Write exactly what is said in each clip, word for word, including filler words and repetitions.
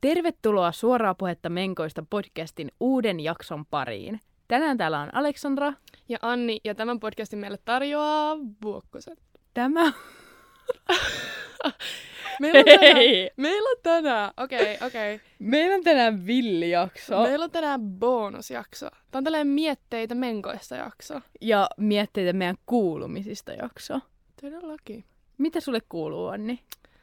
Tervetuloa Suoraa puhetta menkoista podcastin uuden jakson pariin. Tänään täällä on Aleksandra. Ja Anni, ja tämän podcastin meille tarjoaa Vuokkoset. Tämä... meillä on tänään... Meillä on tänään... Okei, okay, okei. Okay. Meillä on tänään villijakso. Meillä on tänään bonusjakso. Tämä on tällainen mietteitä menkoista jakso. Ja mietteitä meidän kuulumisista jakso. Todellakin. Mitä sulle kuuluu, Anni?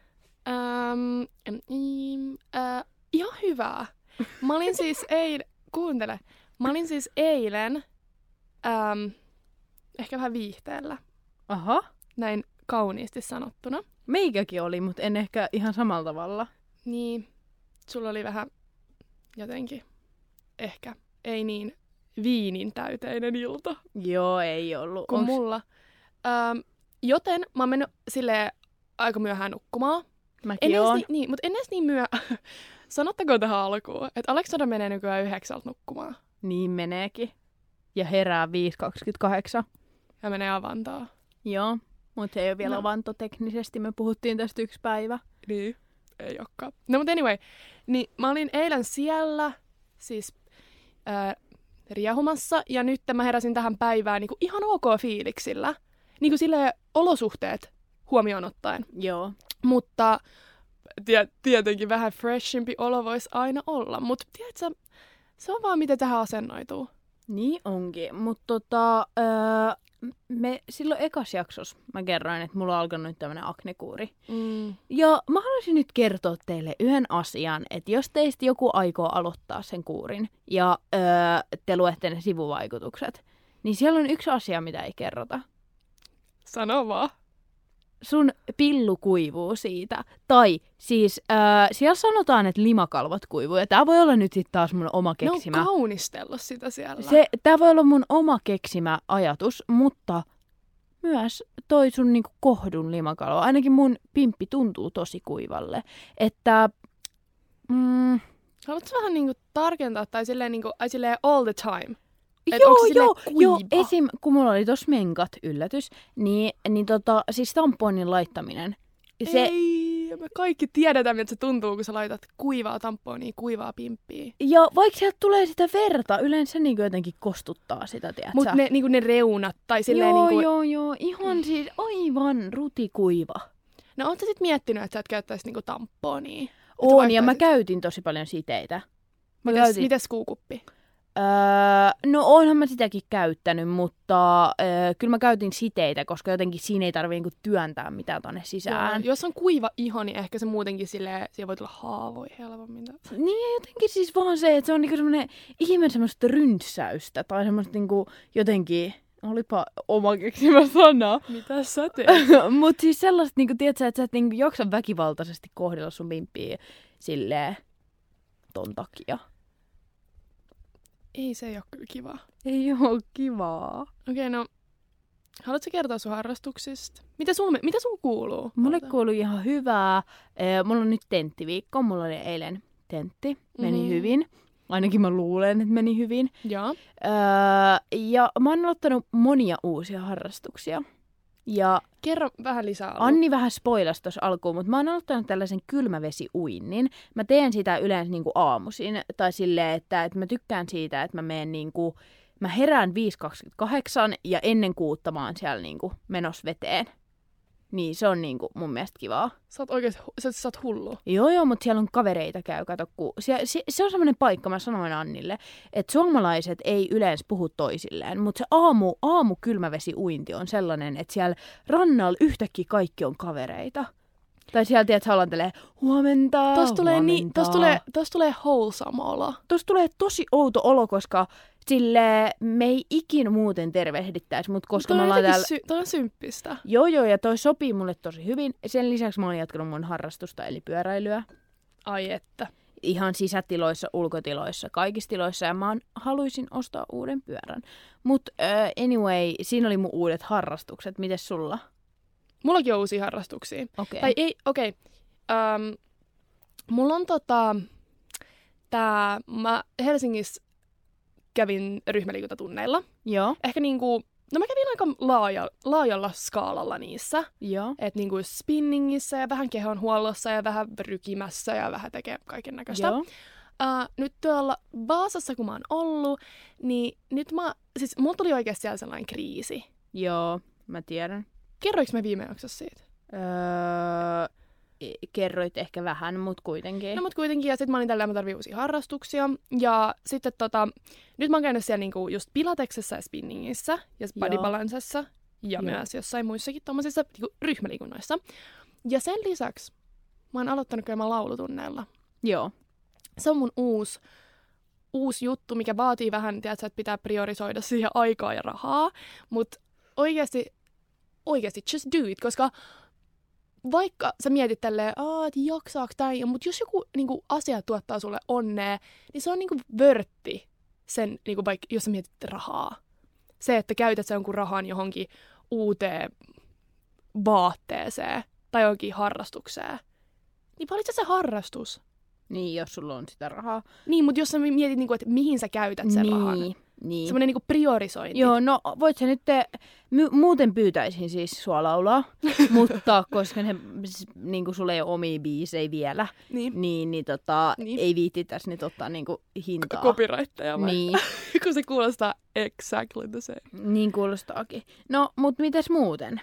Ähm, ähm, äh, ihan hyvää. Mä olin siis eilen... Kuuntele. Mä olin siis eilen... Ähm, ehkä vähän viihteellä. Aha. Näin kauniisti sanottuna. Meikäkin oli, mutta en ehkä ihan samalla tavalla. Niin, sulla oli vähän jotenkin ehkä ei niin viinin täyteinen ilta. Joo, ei ollut. Kuin Onks... mulla. Ähm, joten mä oon mennyt silleen aika myöhään nukkumaan. Mäkin en oon. Ni- niin, mutta en edes niin myöhään. Sanottakoon tähän alkuun, että Aleksandra menee nykyään yhdeksältä nukkumaan. Niin meneekin. Ja herää viisi kaksikymmentäkahdeksan. Ja menee avantaa. Joo, mutta ei ole vielä No. avanto teknisesti. Me puhuttiin tästä yksi päivä. Niin, ei olekaan. No mutta anyway, niin mä olin eilen siellä, siis ää, riehumassa, ja nyt mä heräsin tähän päivään niin kuin ihan ok fiiliksillä. Niin kuin silleen olosuhteet huomioon ottaen. Joo. Mutta tie- tietenkin vähän freshimpi olo voisi aina olla. Mutta tiedätkö, se on vaan miten tähän asennoituu. Niin onkin, mutta tota, öö, me silloin ekas jaksossa mä kerroin, että mulla on alkanut nyt tämmönen aknekuuri. Mm. Ja mä haluaisin nyt kertoa teille yhden asian, että jos teistä joku aikoo aloittaa sen kuurin ja öö, te luette ne sivuvaikutukset, niin siellä on yksi asia, mitä ei kerrota. Sano vaan. Sun pillu kuivuu siitä. Tai siis öö, siellä sanotaan, että limakalvot kuivuu. Ja tää voi olla nyt sitten taas mun oma keksimä. Ne on kaunistellut sitä siellä. Se, tää voi olla mun oma keksimä ajatus, mutta myös toi sun niinku kohdun limakalvo. Ainakin mun pimppi tuntuu tosi kuivalle. Että... Mm, Haluatko vähän niinku tarkentaa tai silleen, niinku, ai silleen all the time? Et joo, onko se joo, silleen joo. kuiva? Esim. Kun mulla oli tossa menkat, yllätys, niin, niin tota, siis tamponin laittaminen. Se, Ei, me kaikki tiedetään, miltä se tuntuu, kun sä laitat kuivaa tamponia, kuivaa pimppiä. ja vaikka sieltä tulee sitä verta, yleensä niin jotenkin kostuttaa sitä, tiedätkö? Mutta ne, niinku ne reunat tai silleen joo, niinku... joo, joo. Ihan siis aivan rutikuiva. No oot sä sit miettinyt, että sä et käyttäisi niinku tamponia? On, ja mä käytin tosi paljon siteitä. Mä Mites, käytin... mites kuukuppi? Öö, no oonhan mä sitäkin käyttänyt, mutta öö, kyllä mä käytin siteitä, koska jotenkin siinä ei tarvitse niinku työntää mitään tonne sisään. Joo, jos on kuiva iho, niin ehkä se muutenkin silleen, siellä voi tulla haavoja helpommin. Niin ja jotenkin siis vaan se, että se on niinku semmoinen ihme semmoista ryntsäystä tai semmoista niinku jotenkin, olipa oma keksimä sana. Mitä sä teet? Mutta siis sellaista, niinku, tiedätkö, että sä et niinku jaksa väkivaltaisesti kohdella sun pimppiä silleen ton takia. Ei se ei ole kyllä kivaa. Ei oo kivaa. Okei, okay, no haluatko kertoa sun harrastuksista? Mitä sun, mitä sun kuuluu? Mulle Ota. kuuluu ihan hyvää. Eh, Mulla on nyt tenttiviikko. Mulla oli eilen tentti. Meni Mhm. hyvin. Ainakin mä luulen, että meni hyvin. Joo. Öö, ja mä oon aloittanut monia uusia harrastuksia. Ja Kerro vähän lisää. Allu. Anni vähän spoilasi tuossa alkuun, mutta mä oon aloittanut tällaisen kylmävesiuinnin. Mä teen sitä yleensä niinku aamuisin. Tai silleen, että, että mä tykkään siitä, että mä menen niinku... Mä herään viisi kaksikymmentäkahdeksan ja ennen kuutta mä oon siellä niinku menossa veteen. Niin se on niinku mun mielestä kivaa. Sä oot oikeesti, sä, sä oot hullu. Joo joo, mutta siellä on kavereita käy, kato, kun se, se, se on semmoinen paikka, mä sanoin Annille, että suomalaiset ei yleensä puhu toisilleen, mutta se aamu, aamu kylmävesiuinti on sellainen, että siellä rannalla yhtäkkiä kaikki on kavereita. Tai siellä tiedät, hallantelee huomenta, Tuossa tulee, huomenta. niin, tos tulee, tos tulee wholesome olo. Tuossa tulee tosi outo olo, koska sille me ei ikin muuten tervehdittäisi, mutta koska toi me on ollaan jotenkin täällä... sy- toi on symppistä. Joo joo, ja toi sopii mulle tosi hyvin. Sen lisäksi mä oon jatkanut mun harrastusta, eli pyöräilyä. Ai että. Ihan sisätiloissa, ulkotiloissa, kaikissa tiloissa, ja mä haluaisin ostaa uuden pyörän. Mutta uh, anyway, siinä oli mun uudet harrastukset. Mites sulla? Mullakin on uusia harrastuksia. Okei. Tai ei, okei. Okay. Um, mulla on tota... Tää... Mä Helsingissä kävin ryhmäliikuntatunneilla. Joo. Ehkä niinku no mä kävin aika laaja, laajalla skaalalla niissä. Joo. Että niinku spinningissä ja vähän kehonhuollossa ja vähän rykimässä ja vähän tekee kaiken näköistä. Joo. Uh, nyt tuolla Vaasassa, kun mä oon ollut, niin nyt mä, siis mulla tuli oikeasti siellä sellainen kriisi. Joo, mä tiedän. Kerroinko mä viime jaksossa siitä? Öö, kerroit ehkä vähän, mutta kuitenkin. No mut kuitenkin, ja sit mä olin tällä, mä tarvii uusia harrastuksia. Ja sitten tota, nyt mä oon käynyt siellä niinku just pilateksessa ja spinningissä ja bodybalancessa ja Joo. myös jossain muissakin tommosissa niinku ryhmäliikunnoissa. Ja sen lisäksi mä oon aloittanut käymään laulutunneilla. Joo. Se on mun uusi, uusi juttu, mikä vaatii vähän, tiedätkö, että pitää priorisoida siihen aikaa ja rahaa. Mutta oikeasti, oikeasti just do it, koska vaikka sä mietit tälleen, että jaksaako tää, mutta jos joku niinku, asia tuottaa sulle onnea, niin se on niinku vörtti sen, niinku, vaikka jos sä mietit rahaa. Se, että käytät sä jonkun rahan johonkin uuteen vaatteeseen tai johonkin harrastukseen, niin valitse se harrastus. Niin, jos sulla on sitä rahaa. Niin, mutta jos sä mietit, niinku, että mihin sä käytät sen niin, rahan. Niin. Semmoinen niinku priorisointi. Joo, no voit sä nyt, te, my, muuten pyytäisin siis sua laulaa, mutta koska ne, niinku, sulla ei ole omia biisejä vielä, Niin. niin, niin, tota, Niin. ei viitti tässä nyt ottaa niinku, hintaa. Copyrightteja vai? Niin, Kun se kuulostaa exactly the same. niin kuulostaakin. No, mut mites muuten?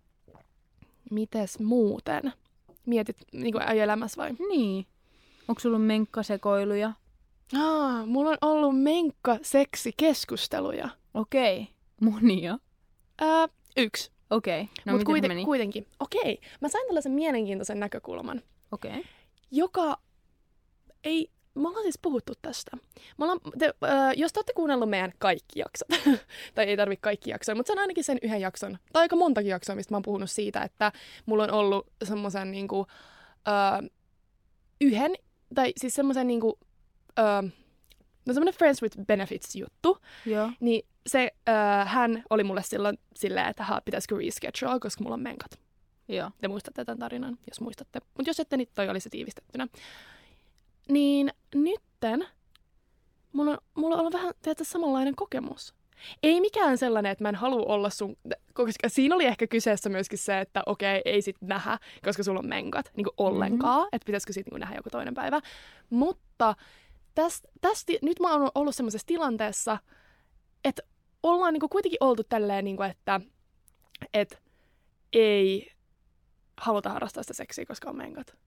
Mites muuten? Mietit niinku elämässä vai? Niin. Onko sulla menkkasekoiluja? Aa, mulla on ollut menkka-seksi-keskusteluja. Okei. Okay. Monia. Ää, yksi. Okei. Okay. No Mut miten kuiten, meni? kuitenkin. Okei. Mä sain tällaisen mielenkiintoisen näkökulman, Okei. Okay. joka ei... Me ollaan siis puhuttu tästä. Me ollaan, te, äh, jos te olette kuunnellut meidän kaikki jaksot, tai ei tarvitse kaikki jaksoja, mutta se on ainakin sen yhden jakson, tai aika montakin jaksoa, mistä mä oon puhunut siitä, että mulla on ollut semmoisen niinku, äh, yhden, tai siis semmoisen niinku, äh, no semmoinen Friends with Benefits-juttu, Joo. niin se, äh, hän oli mulle silloin silleen, että hän pitäisikö reschedule, koska mulla on menkat. Joo. Te muistatte tämän tarinan, jos muistatte. Mutta jos ette, niin toi oli se tiivistettynä. Niin nytten mulla on, mulla on ollut vähän tiedätkö, samanlainen kokemus. Ei mikään sellainen, että mä en halua olla sun... Koska siinä oli ehkä kyseessä myöskin se, että okei, ei sit nähdä, koska sulla on menkat niin kuin ollenkaan. Mm-hmm. Että pitäisikö sit niin nähdä joku toinen päivä. Mutta tästä, tästä, nyt mä oon ollut semmoisessa tilanteessa, että ollaan niin kuin kuitenkin oltu tälleen, niin kuin, että, että ei haluta harrastaa sitä seksiä, koska on menkat.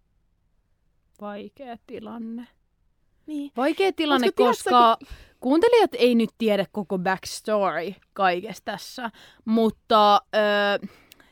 Vaikea tilanne. Niin. Vaikea tilanne, Olisiko koska tiedätkö, kun... kuuntelijat ei nyt tiedä koko backstory kaikesta tässä, mutta öö,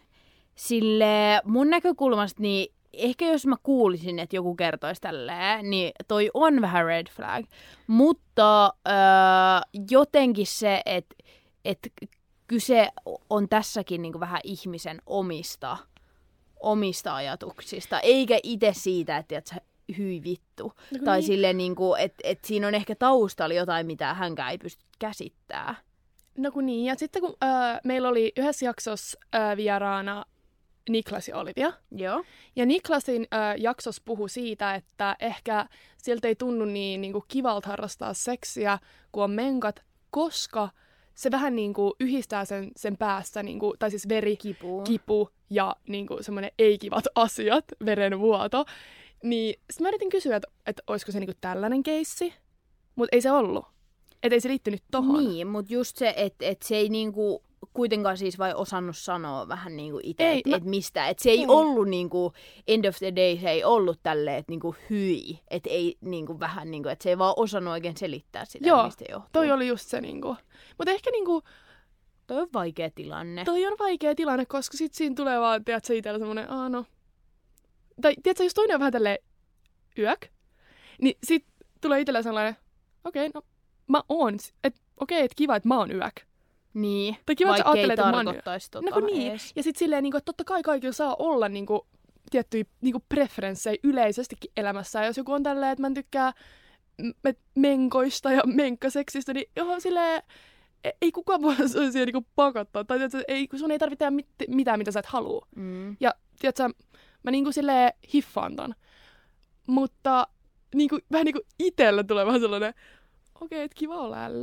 sille mun näkökulmasta, niin ehkä jos mä kuulisin, että joku kertoisi tälleen, niin toi on vähän red flag, mutta öö, jotenkin se, että et kyse on tässäkin niinku vähän ihmisen omista, omista ajatuksista, eikä itse siitä, että et sä hyi vittu. No, tai niin. Silleen, niinku, että et siinä on ehkä taustalla jotain, mitä hänkään ei pysty käsittämään. No kun niin, ja sitten kun äh, meillä oli yhdessä jaksossa äh, vieraana Niklas ja Olivia. Joo. Ja Niklasin äh, jaksossa puhui siitä, että ehkä sieltä ei tunnu niin, niin kuin kivalta harrastaa seksiä, kun on menkat, koska se vähän niin kuin yhdistää sen, sen päässä, niin kuin, tai siis veri, kipu, kipu ja niin kuin semmoinen ei-kivat asiat, verenvuoto. Niin sitten mä yritin kysyä, että, että olisiko se niin kuin tällainen keissi, mutta ei se ollut. Että ei se liittynyt tohon. Niin, mutta just se, että et se ei niinku kuitenkaan siis vai osannut sanoa vähän niinku itse, että et mistä. Että se ei, ei ollut niinku, end of the day se ei ollut tälleen, että niinku hyi. Että ei niinku vähän niinku, että se ei vaan osannut oikein selittää sitä, joo, mistä johtuu. Toi oli just se niinku. Mutta ehkä niinku... Toi on vaikea tilanne. Toi on vaikea tilanne, koska sit siinä tulee vaan, tiedätkö, itsellä semmonen, aah no. Tai tiedätkö, jos toinen on vähän tälleen yök, niin sit tulee itsellä sellainen, okei, okay, no mä oon, että okei, okay, että kiva, että mä oon yök. Niin, tai kiva, vaikka ei tarkoittaisi tota no, niin. edes. Ja sit silleen, niin että totta kai kaikilla saa olla niin kuin, tiettyjä niin kuin preferenssejä yleisestikin elämässä. Ja jos joku on tälleen, että mä en tykkää menkoista ja menkkaseksistä, niin johon silleen, ei kukaan voi siihen niin pakottaa. Tai tiedätkö, ei, sun ei tarvitse tehdä mit, mitään, mitä sä et halua. Mm. Ja tiedätkö, mä niin kuin silleen hiffaan ton. Mutta niin kuin, vähän niin kuin itsellä tulee vähän sellainen, okei, okay, että kiva olla ällä.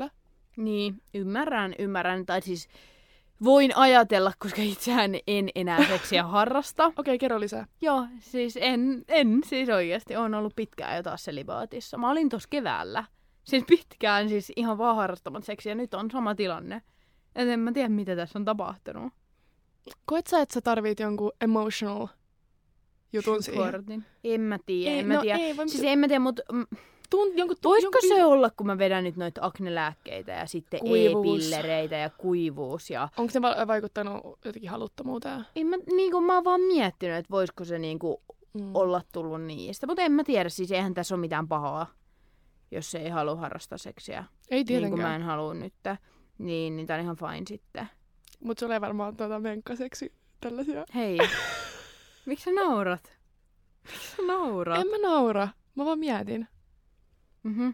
Niin, ymmärrän, ymmärrän. Tai siis voin ajatella, koska itsehän en enää seksiä harrasta. Okei, okay, kerro lisää. Joo, siis en, en siis oikeasti. Olen ollut pitkään jo taas selibaatissa. Mä olin tossa keväällä. Siis pitkään siis ihan vaan harrastamat seksiä. Nyt on sama tilanne. Et en mä tiedä, mitä tässä on tapahtunut. Koet sä, että sä tarvit jonkun emotional jutun siihen? Supportin. En mä tiedä, Ei, en mä no tiedä. ei, voi Siis mit- en mä tiedä, mutta Tunt, jonkun, voisiko jonkun... se olla, kun mä vedän nyt noita aknelääkkeitä ja sitten Kuivuus. e-pillereitä ja kuivuus ja... Onko se va- vaikuttanut jotenkin haluttomuuteen? En mä, niinku, mä oon vaan miettinyt, että voisiko se niinku Mm. olla tullut niistä. Mutta en mä tiedä, siis eihän tässä ole mitään pahaa, jos se ei halua harrastaa seksiä. Ei Niin kuin mä tietenkään. en halua nyt. Niin, niin tää on ihan fine sitten. Mut se oli varmaan tuota menkkaseksi tällaisia. Hei, miksi sä naurat? Miksi sä naurat? En mä naura. Mä vaan mietin. Mm-hmm.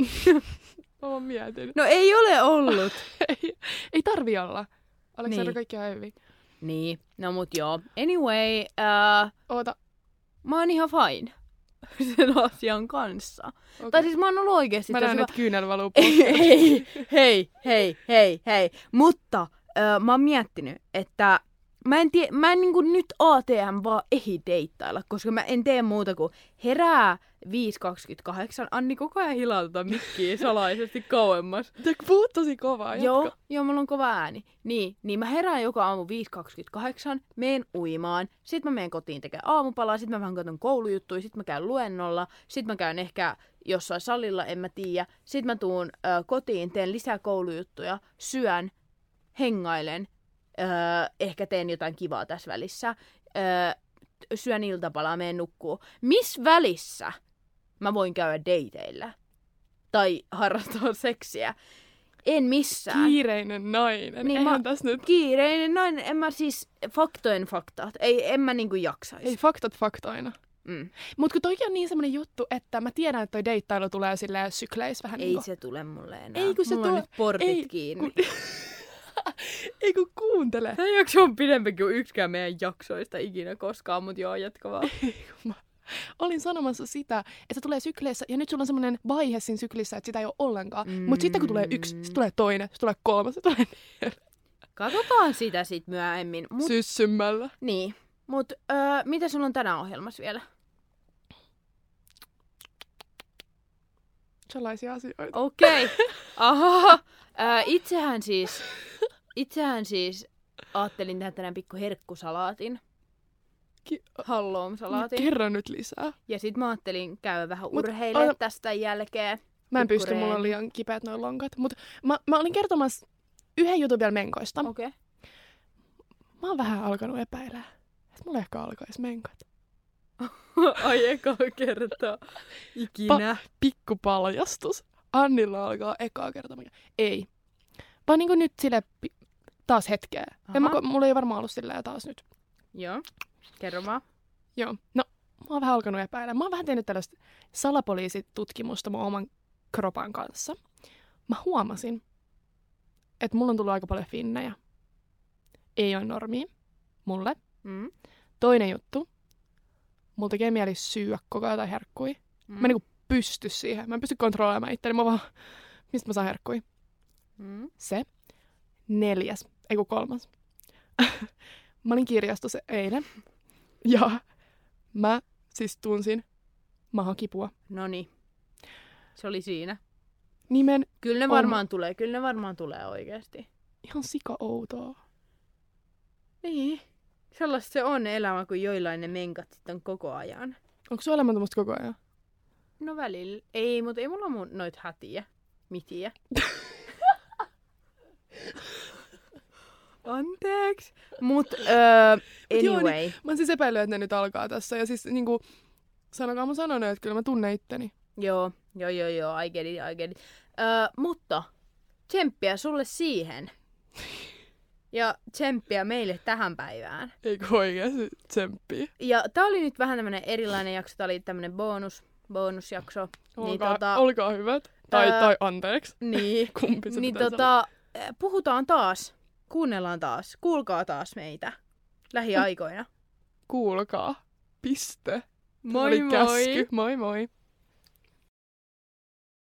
Mä vaan mietin. No ei ole ollut. ei, ei tarvi olla. Aleksandra, Niin. kaikki on hyvin. Niin, no mut joo. Anyway, uh, Oota. mä oon ihan fine sen asian kanssa. Okay. Tai siis mä oon ollut oikeesti Mä tosi näen, va- että kyynel valuu hei, hei, hei, hei, hei. Mutta ö, mä oon miettinyt, että mä en, tie, mä en niin kuin nyt A T M vaan ehdi deittailla, koska mä en tee muuta kuin herää viisi kaksikymmentäkahdeksan. Anni koko ajan hilauttaa mikkiä salaisesti kauemmas. Te puhut tosi kovaa, jatka. Joo, joo, mulla on kova ääni. Niin, niin mä herään joka aamu viisi kaksikymmentäkahdeksan, meen uimaan, sit mä meen kotiin tekemään aamupalaa, sit mä vähän katson koulujuttuja, sit mä käyn luennolla, sit mä käyn ehkä jossain salilla, en mä tiedä. Sit mä tuun ö, kotiin, teen lisää koulujuttuja, syön, hengailen, ö, ehkä teen jotain kivaa tässä välissä, ö, syön iltapalaa, meen nukkuu. Miss välissä mä voin käydä dateilla? Tai harrastaa seksiä? En missään. Kiireinen nainen. Niin Eihän mä- tässä nyt... Kiireinen nainen, en mä siis, faktojen faktat, ei, en mä niinku jaksaisi. Ei faktat faktoina. Mm. Mut kun toikin on niin semmonen juttu, että mä tiedän, että toi deittailu tulee silleen sykleis vähän Ei niinku. se tule mulle enää. Ei, kun se Mulla tuo- on nyt portit ei, kiinni. kun- Ei kun kuuntele. Tämä jakso on pidempi kuin yksikään meidän jaksoista ikinä koskaan, mutta joo, jatka vaan. Mä olin sanomassa sitä, että se tulee sykleissä, ja nyt sulla on semmoinen vaihe siinä syklissä, että sitä ei ole ollenkaan. Mm. Mutta sitten kun tulee yksi, sitten tulee toinen, sitten tulee kolmas, sitten tulee neljä. Katsotaan sitä sit myöhemmin. Mut, Syssymmällä. niin. Mut öö, mitä sulla on tänään ohjelmassa vielä? Sellaisia asioita. Okei. Okay. Aha. Öö, itsehän siis, itsehän siis ajattelin tehdä tänään pikku herkkusalaatin. Ki- Halloum-salaatin. Kerro nyt lisää. Ja sit mä ajattelin käydä vähän Mut, urheilemaan ota- tästä jälkeen. Mä en pysty, Pikkureeni. mulla on liian kipeät noin lonkat. Mutta mä, mä olin kertomassa yhden jutun vielä menkoista. Okei. Okay. Mä oon vähän alkanut epäillä, että mulla ehkä alkaisi menkat. Ai eka kertaa ikinä. Pikku paljastus. Annilla alkaa ekaa kertaa. Ei. Vaan niinku nyt sille pi- taas hetkeä. En mä, Aha. ko- mulla ei varmaan ollut silleen taas nyt. Joo. Kerro vaan. Joo. No, mä oon vähän alkanut epäillä. Mä oon vähän tehnyt tällaista salapoliisitutkimusta mun oman kropan kanssa. Mä huomasin, että mulla on tullut aika paljon finnejä. Ei ole normia. Mulle. Mm. Toinen juttu. Mulla tekee mieli syyä koko ajan jotain herkkui. Mm. Mä en niinku pysty siihen. Mä en pysty kontrolloimaan itseäni. Mä vaan, mistä mä saan herkkui? Mm. Se. Neljäs. Ei kun kolmas. Mä olin kirjastossa eilen. Ja mä siis tunsin mahakipua. Noniin. Se oli siinä. Nimen Kyllä ne On- varmaan tulee. Kyllä ne varmaan tulee oikeesti. ihan sika-outoa. Niin. Sellaista se on elämä, kun joillain ne menkat sitten on koko ajan. Onko sun elämä tämmöistä koko ajan? No välillä. Ei, mutta ei mulla ole mun noit hätiä. Mitiä. Anteeksi. Mut, öö, joo, anyway. Mä oon siis epäillyt, että ne nyt alkaa tässä. Ja siis niinku, sanokaa mun sanonut, että kyllä mä tunnen itteni. Joo, joo, joo, joo, I get it, I get it. Öö, mutta tsemppiä sulle siihen. Ja tsemppiä meille tähän päivään. Eikö oikeasti tsemppii? Ja tää oli nyt vähän tämmönen erilainen jakso, tää oli tämmönen bonus, bonusjakso. Olkaa, Niin, tota, olkaa hyvät. Tai, ää, tai anteeksi. niin, Kumpi se niin pitää tota, äh, puhutaan taas, kuunnellaan taas, kuulkaa taas meitä lähiaikoina. Kuulkaa. Piste. Moi Oli moi! Käsky. Moi moi!